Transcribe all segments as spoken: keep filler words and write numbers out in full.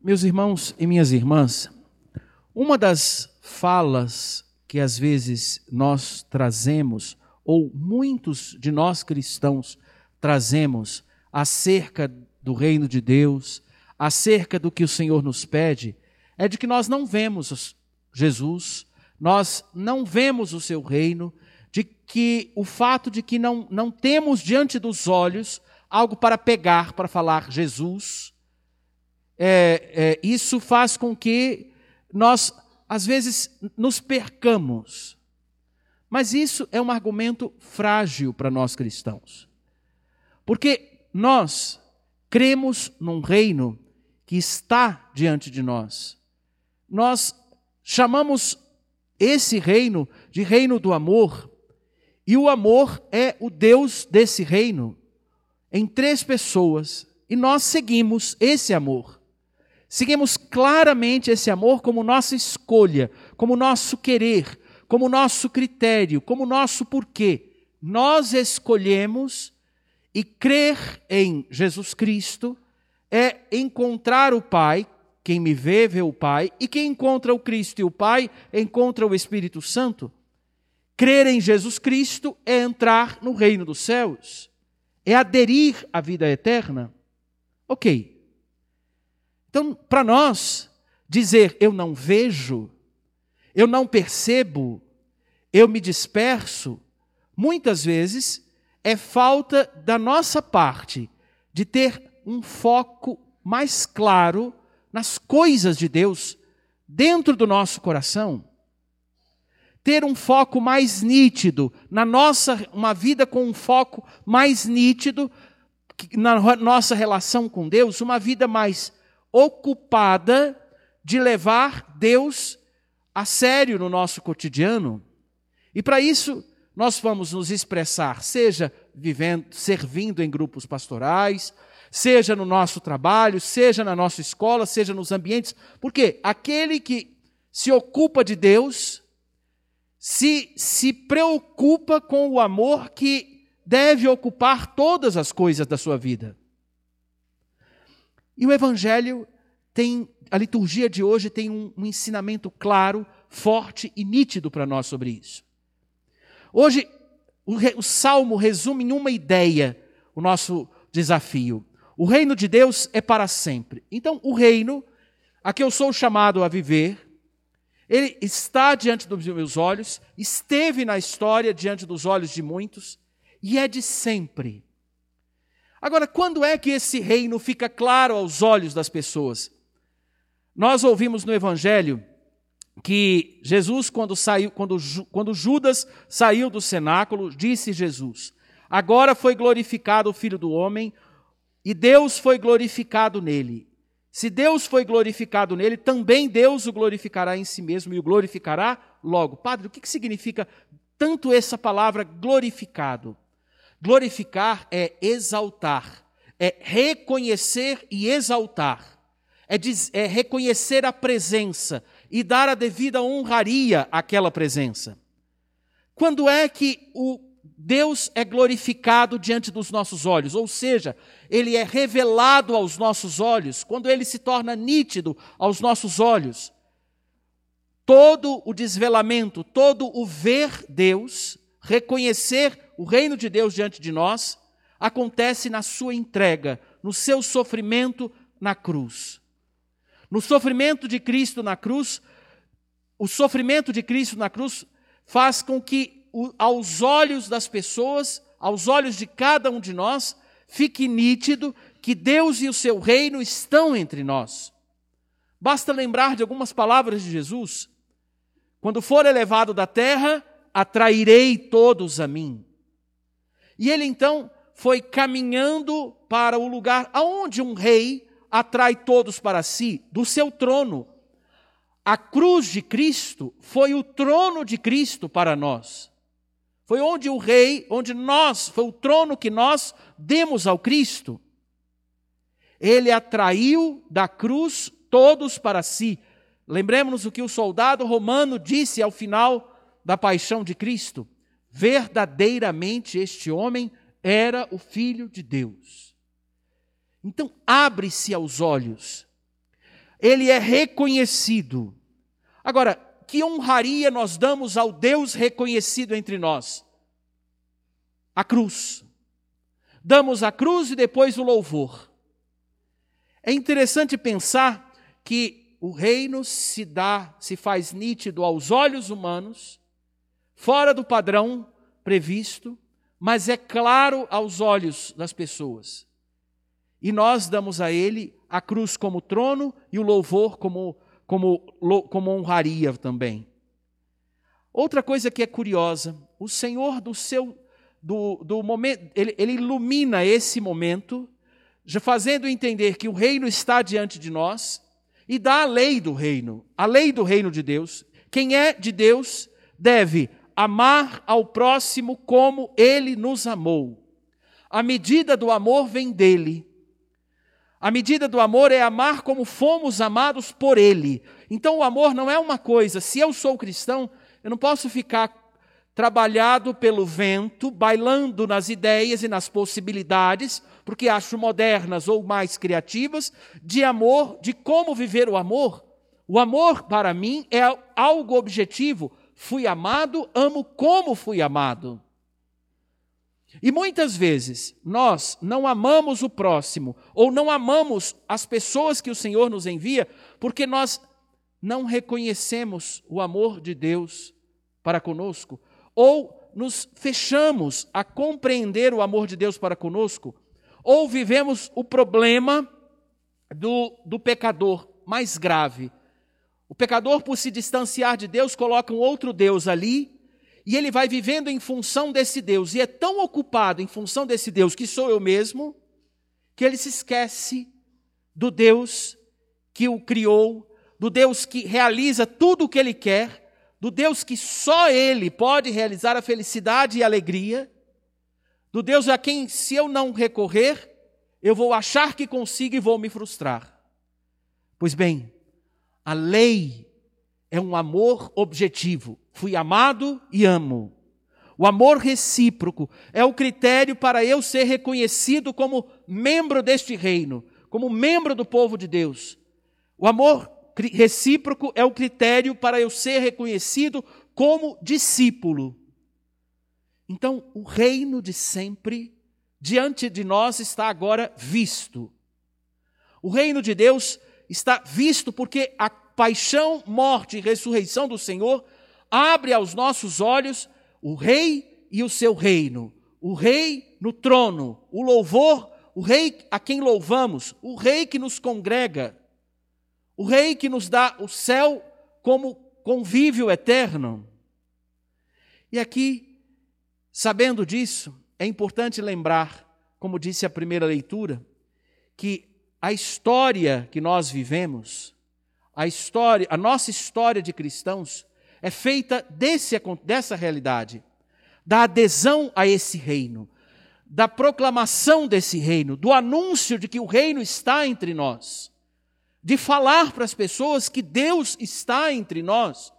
Meus irmãos e minhas irmãs, uma das falas que às vezes nós trazemos, ou muitos de nós cristãos trazemos, acerca do reino de Deus, acerca do que o Senhor nos pede, é de que nós não vemos Jesus, nós não vemos o seu reino, de que o fato de que não, não temos diante dos olhos algo para pegar, para falar Jesus, é, é, isso faz com que nós, às vezes, nos percamos. Mas isso é um argumento frágil para nós cristãos. Porque nós cremos num reino que está diante de nós. Nós chamamos esse reino de reino do amor, e o amor é o Deus desse reino, em três pessoas, e nós seguimos esse amor. Seguimos claramente esse amor como nossa escolha, como nosso querer, como nosso critério, como nosso porquê. Nós escolhemos, e crer em Jesus Cristo é encontrar o Pai. Quem me vê, vê o Pai, e quem encontra o Cristo e o Pai, encontra o Espírito Santo. Crer em Jesus Cristo é entrar no reino dos céus, é aderir à vida eterna. Ok. Então, para nós, dizer eu não vejo, eu não percebo, eu me disperso, muitas vezes é falta da nossa parte de ter um foco mais claro nas coisas de Deus dentro do nosso coração. Ter um foco mais nítido, na nossa, uma vida com um foco mais nítido na nossa relação com Deus, uma vida mais ocupada de levar Deus a sério no nosso cotidiano. E para isso, nós vamos nos expressar, seja vivendo, servindo em grupos pastorais, seja no nosso trabalho, seja na nossa escola, seja nos ambientes. Porque aquele que se ocupa de Deus, se, se preocupa com o amor que deve ocupar todas as coisas da sua vida. E o Evangelho tem, a liturgia de hoje tem um, um ensinamento claro, forte e nítido para nós sobre isso. Hoje, o, o Salmo resume em uma ideia o nosso desafio. O reino de Deus é para sempre. Então, o reino a que eu sou chamado a viver, ele está diante dos meus olhos, esteve na história diante dos olhos de muitos, e é de sempre. Agora, quando é que esse reino fica claro aos olhos das pessoas? Nós ouvimos no Evangelho que Jesus, quando, saiu, quando, quando Judas saiu do cenáculo, disse Jesus: agora foi glorificado o Filho do Homem, e Deus foi glorificado nele. Se Deus foi glorificado nele, também Deus o glorificará em si mesmo e o glorificará logo. Padre, o que significa tanto essa palavra glorificado? Glorificar é exaltar, é reconhecer e exaltar, é, diz, é reconhecer a presença e dar a devida honraria àquela presença. Quando é que o Deus é glorificado diante dos nossos olhos? Ou seja, Ele é revelado aos nossos olhos, quando Ele se torna nítido aos nossos olhos. Todo o desvelamento, todo o ver Deus, reconhecer o reino de Deus diante de nós, acontece na sua entrega, no seu sofrimento na cruz. No sofrimento de Cristo na cruz, o sofrimento de Cristo na cruz faz com que aos olhos das pessoas, aos olhos de cada um de nós, fique nítido que Deus e o seu reino estão entre nós. Basta lembrar de algumas palavras de Jesus. Quando for elevado da terra, atrairei todos a mim. E ele então foi caminhando para o lugar aonde um rei atrai todos para si, do seu trono. A cruz de Cristo foi o trono de Cristo para nós. Foi onde o rei, onde nós, foi o trono que nós demos ao Cristo. Ele atraiu da cruz todos para si. Lembremos-nos o que o soldado romano disse ao final da paixão de Cristo: verdadeiramente este homem era o Filho de Deus. Então, abre-se aos olhos. ele é reconhecido. Agora, que honraria nós damos ao Deus reconhecido entre nós? A cruz. Damos a cruz e depois o louvor. É interessante pensar que o reino se dá, se faz nítido aos olhos humanos, fora do padrão previsto, mas é claro aos olhos das pessoas. E nós damos a ele a cruz como trono e o louvor como, como, como honraria também. Outra coisa que é curiosa, o Senhor do seu do, do momento, ele, ele ilumina esse momento, já fazendo entender que o reino está diante de nós, e dá a lei do reino, a lei do reino de Deus. Quem é de Deus deve amar ao próximo como ele nos amou. A medida do amor vem dele. A medida do amor é amar como fomos amados por ele. Então o amor não é uma coisa, se eu sou cristão, eu não posso ficar trabalhado pelo vento, bailando nas ideias e nas possibilidades, porque acho modernas ou mais criativas, de amor, de como viver o amor. O amor, para mim, é algo objetivo. Fui amado, amo como fui amado. E muitas vezes, nós não amamos o próximo, ou não amamos as pessoas que o Senhor nos envia, porque nós não reconhecemos o amor de Deus para conosco, ou nos fechamos a compreender o amor de Deus para conosco, ou vivemos o problema do, do pecador mais grave. O pecador, por se distanciar de Deus, coloca um outro Deus ali, e ele vai vivendo em função desse Deus, e é tão ocupado em função desse Deus, que sou eu mesmo, que ele se esquece do Deus que o criou, do Deus que realiza tudo o que ele quer, do Deus que só ele pode realizar a felicidade e a alegria, do Deus a quem, se eu não recorrer, eu vou achar que consigo e vou me frustrar. Pois bem, a lei é um amor objetivo. Fui amado e amo. O amor recíproco é o critério para eu ser reconhecido como membro deste reino, como membro do povo de Deus. O amor recíproco é o critério para eu ser reconhecido como discípulo. Então, o reino de sempre, diante de nós, está agora visto. O reino de Deus está visto porque a paixão, morte e ressurreição do Senhor abre aos nossos olhos o rei e o seu reino. O rei no trono, o louvor, o rei a quem louvamos, o rei que nos congrega, o rei que nos dá o céu como convívio eterno. E aqui, sabendo disso, é importante lembrar, como disse a primeira leitura, que a história que nós vivemos, a história, a nossa história de cristãos, é feita desse, dessa realidade, da adesão a esse reino, da proclamação desse reino, do anúncio de que o reino está entre nós, de falar para as pessoas que Deus está entre nós.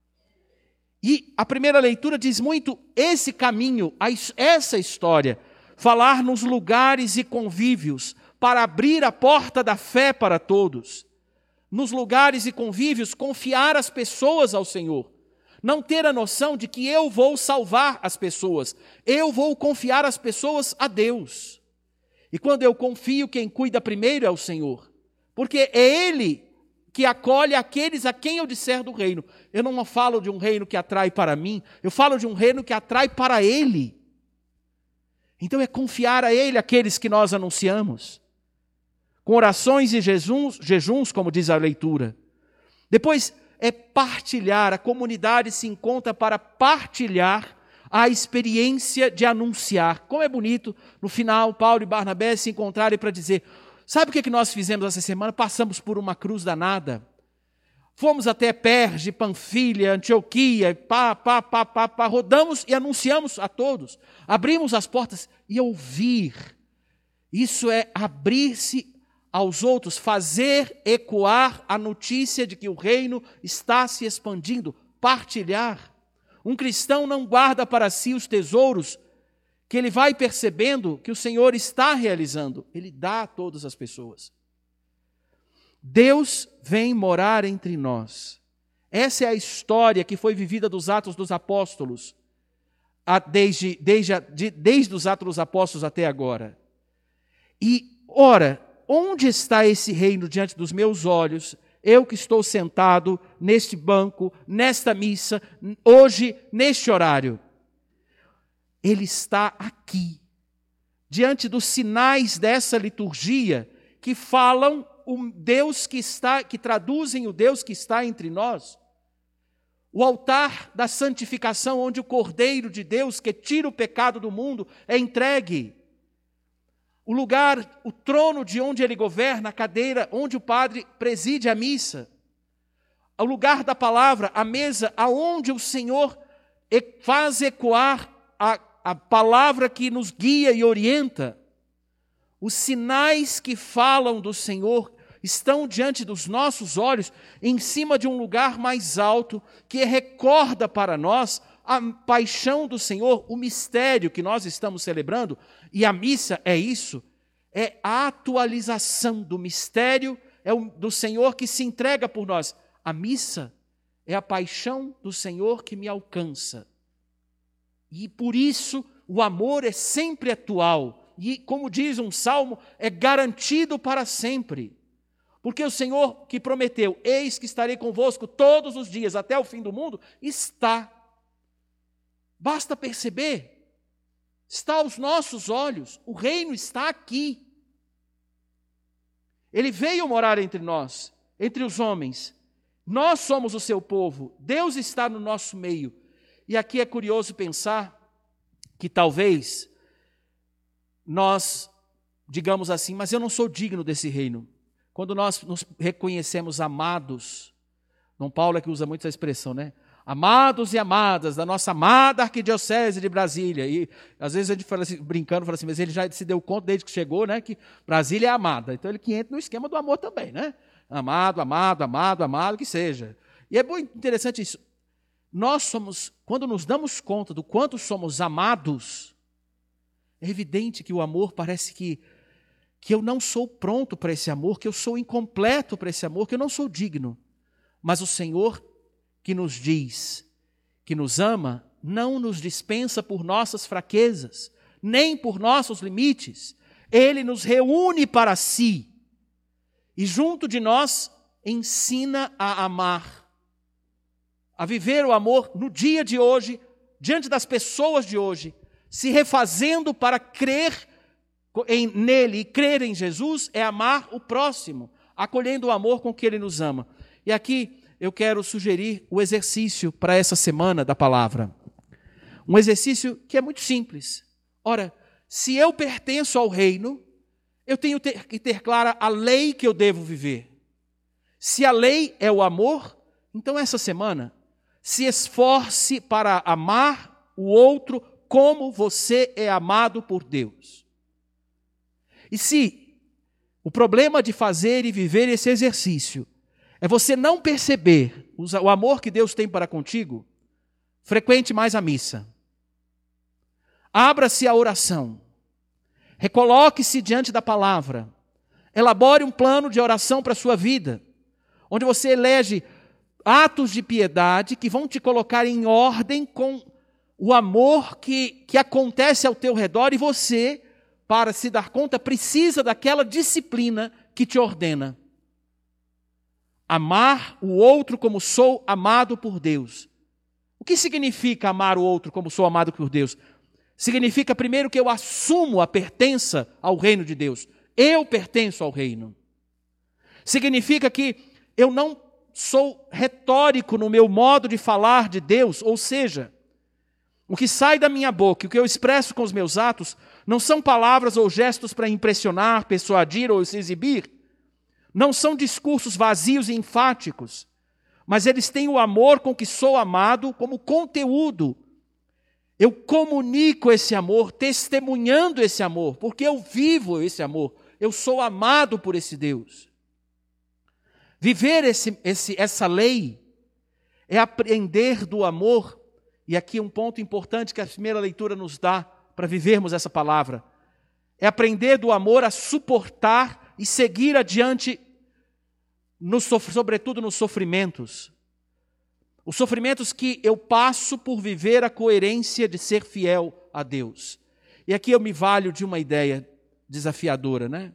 E a primeira leitura diz muito esse caminho, essa história, falar nos lugares e convívios, para abrir a porta da fé para todos. Nos lugares e convívios, confiar as pessoas ao Senhor. Não ter a noção de que eu vou salvar as pessoas. Eu vou confiar as pessoas a Deus. E quando eu confio, quem cuida primeiro é o Senhor. Porque é Ele que acolhe aqueles a quem eu disser do reino. Eu não falo de um reino que atrai para mim, eu falo de um reino que atrai para Ele. Então é confiar a Ele aqueles que nós anunciamos. Com orações e jejuns, jejuns, como diz a leitura. Depois é partilhar, a comunidade se encontra para partilhar a experiência de anunciar. Como é bonito, no final, Paulo e Barnabé se encontrarem para dizer, sabe o que nós fizemos essa semana? Passamos por uma cruz danada. Fomos até Perge, Panfilha, Antioquia, pá, pá, pá, pá, pá, rodamos e anunciamos a todos. Abrimos as portas e ouvir. Isso é abrir-se aos outros, fazer ecoar a notícia de que o reino está se expandindo, partilhar. Um cristão não guarda para si os tesouros que ele vai percebendo que o Senhor está realizando. Ele dá a todas as pessoas. Deus vem morar entre nós. Essa é a história que foi vivida dos Atos dos Apóstolos, desde, desde, desde os Atos dos Apóstolos até agora. E, ora, onde está esse reino diante dos meus olhos? Eu que estou sentado neste banco, nesta missa, hoje, neste horário. Ele está aqui, diante dos sinais dessa liturgia que falam o Deus que está, que traduzem o Deus que está entre nós. O altar da santificação, onde o Cordeiro de Deus, que tira o pecado do mundo, é entregue. O lugar, o trono de onde ele governa, a cadeira onde o padre preside a missa. O lugar da palavra, a mesa aonde o Senhor faz ecoar a, a palavra que nos guia e orienta. Os sinais que falam do Senhor estão diante dos nossos olhos, em cima de um lugar mais alto, que recorda para nós a paixão do Senhor, o mistério que nós estamos celebrando, e a missa é isso, é a atualização do mistério é o, do Senhor que se entrega por nós. A missa é a paixão do Senhor que me alcança. E por isso o amor é sempre atual, e como diz um salmo, é garantido para sempre. Porque o Senhor que prometeu, eis que estarei convosco todos os dias até o fim do mundo, está. Basta perceber, está aos nossos olhos, o reino está aqui. Ele veio morar entre nós, entre os homens. Nós somos o seu povo, Deus está no nosso meio. E aqui é curioso pensar que talvez nós digamos assim, mas eu não sou digno desse reino. Quando nós nos reconhecemos amados, Dom Paulo é que usa muito essa expressão, né? Amados e amadas da nossa amada arquidiocese de Brasília. E às vezes a gente fala assim, brincando, fala assim, mas ele já se deu conta desde que chegou, né, que Brasília é amada. Então ele que entra no esquema do amor também, né? Amado, amado, amado, amado, que seja. E é muito interessante isso. Nós somos, quando nos damos conta do quanto somos amados, é evidente que o amor parece que que eu não sou pronto para esse amor, que eu sou incompleto para esse amor, que eu não sou digno. Mas o Senhor que nos diz, que nos ama, não nos dispensa por nossas fraquezas, nem por nossos limites. Ele nos reúne para si e junto de nós ensina a amar, a viver o amor no dia de hoje, diante das pessoas de hoje, se refazendo para crer Em, nele e crer em Jesus é amar o próximo, acolhendo o amor com que ele nos ama. E aqui eu quero sugerir o exercício para essa semana da palavra. Um exercício que é muito simples. Ora, se eu pertenço ao reino, eu tenho ter, que ter clara a lei que eu devo viver. Se a lei é o amor, então essa semana, se esforce para amar o outro como você é amado por Deus. E se o problema de fazer e viver esse exercício é você não perceber o amor que Deus tem para contigo, frequente mais a missa. Abra-se à oração. Recoloque-se diante da palavra. Elabore um plano de oração para a sua vida, onde você elege atos de piedade que vão te colocar em ordem com o amor que, que acontece ao teu redor e você, para se dar conta, precisa daquela disciplina que te ordena. Amar o outro como sou amado por Deus. O que significa amar o outro como sou amado por Deus? Significa, primeiro, que eu assumo a pertença ao reino de Deus. Eu pertenço ao reino. Significa que eu não sou retórico no meu modo de falar de Deus, ou seja, o que sai da minha boca, o que eu expresso com os meus atos, não são palavras ou gestos para impressionar, persuadir ou se exibir. Não são discursos vazios e enfáticos, mas eles têm o amor com que sou amado como conteúdo. Eu comunico esse amor, testemunhando esse amor, porque eu vivo esse amor. Eu sou amado por esse Deus. Viver esse, esse, essa lei é aprender do amor. E aqui um ponto importante que a primeira leitura nos dá para vivermos essa palavra. É aprender do amor a suportar e seguir adiante no, sobretudo nos sofrimentos. Os sofrimentos que eu passo por viver a coerência de ser fiel a Deus. E aqui eu me valho de uma ideia desafiadora, né?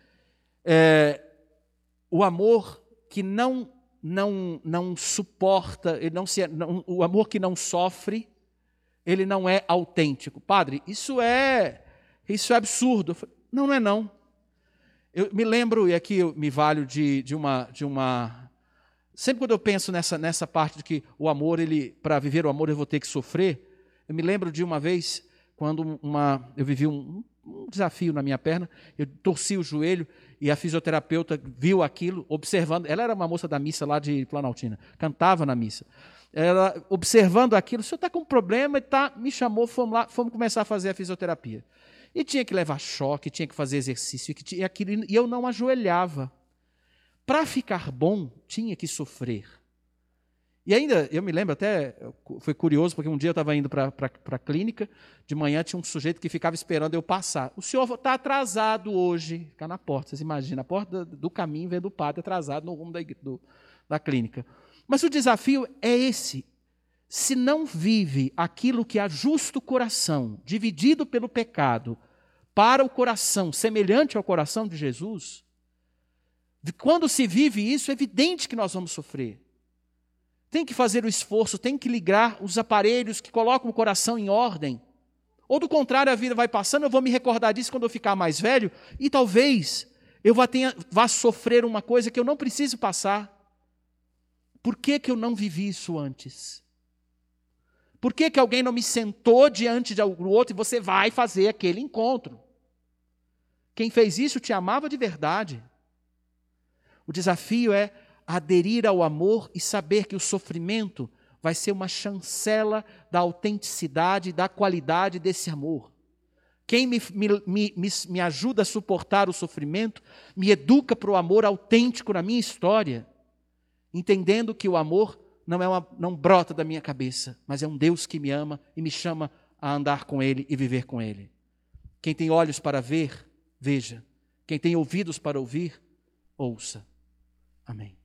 É, o amor que não, não, não suporta, ele não se, não, o amor que não sofre, ele não é autêntico. Padre, isso é, isso é absurdo. Não, não é não. Eu me lembro, e aqui eu me valho de, de uma... De uma Sempre quando eu penso nessa, nessa parte de que o amor, ele, para viver o amor eu vou ter que sofrer, eu me lembro de uma vez, quando uma, eu vivi um, um desafio na minha perna, eu torci o joelho e a fisioterapeuta viu aquilo, observando, ela era uma moça da missa lá de Planaltina, cantava na missa, ela observando aquilo, o senhor está com um problema, e tá, me chamou, fomos lá, fomos começar a fazer a fisioterapia. E tinha que levar choque, tinha que fazer exercício, e, tinha aquilo, e eu não ajoelhava. Para ficar bom, tinha que sofrer. E ainda, eu me lembro até, foi curioso, porque um dia eu estava indo para a clínica, de manhã tinha um sujeito que ficava esperando eu passar. O senhor está atrasado hoje, fica na porta, vocês imaginam, a porta do caminho vendo o padre atrasado no rumo da, do, da clínica. Mas o desafio é esse. Se não vive aquilo que ajusta o coração, dividido pelo pecado, para o coração semelhante ao coração de Jesus, quando se vive isso, é evidente que nós vamos sofrer. Tem que fazer o esforço, tem que ligar os aparelhos que colocam o coração em ordem. Ou do contrário, a vida vai passando, eu vou me recordar disso quando eu ficar mais velho, e talvez eu vá, tenha, vá sofrer uma coisa que eu não preciso passar. Por que que eu não vivi isso antes? Por que que alguém não me sentou diante de algum outro e você vai fazer aquele encontro? Quem fez isso te amava de verdade. O desafio é aderir ao amor e saber que o sofrimento vai ser uma chancela da autenticidade e da qualidade desse amor. Quem me, me, me, me ajuda a suportar o sofrimento, me educa para o amor autêntico na minha história, entendendo que o amor não, é uma, não brota da minha cabeça, mas é um Deus que me ama e me chama a andar com Ele e viver com Ele. Quem tem olhos para ver, veja. Quem tem ouvidos para ouvir, ouça. Amém.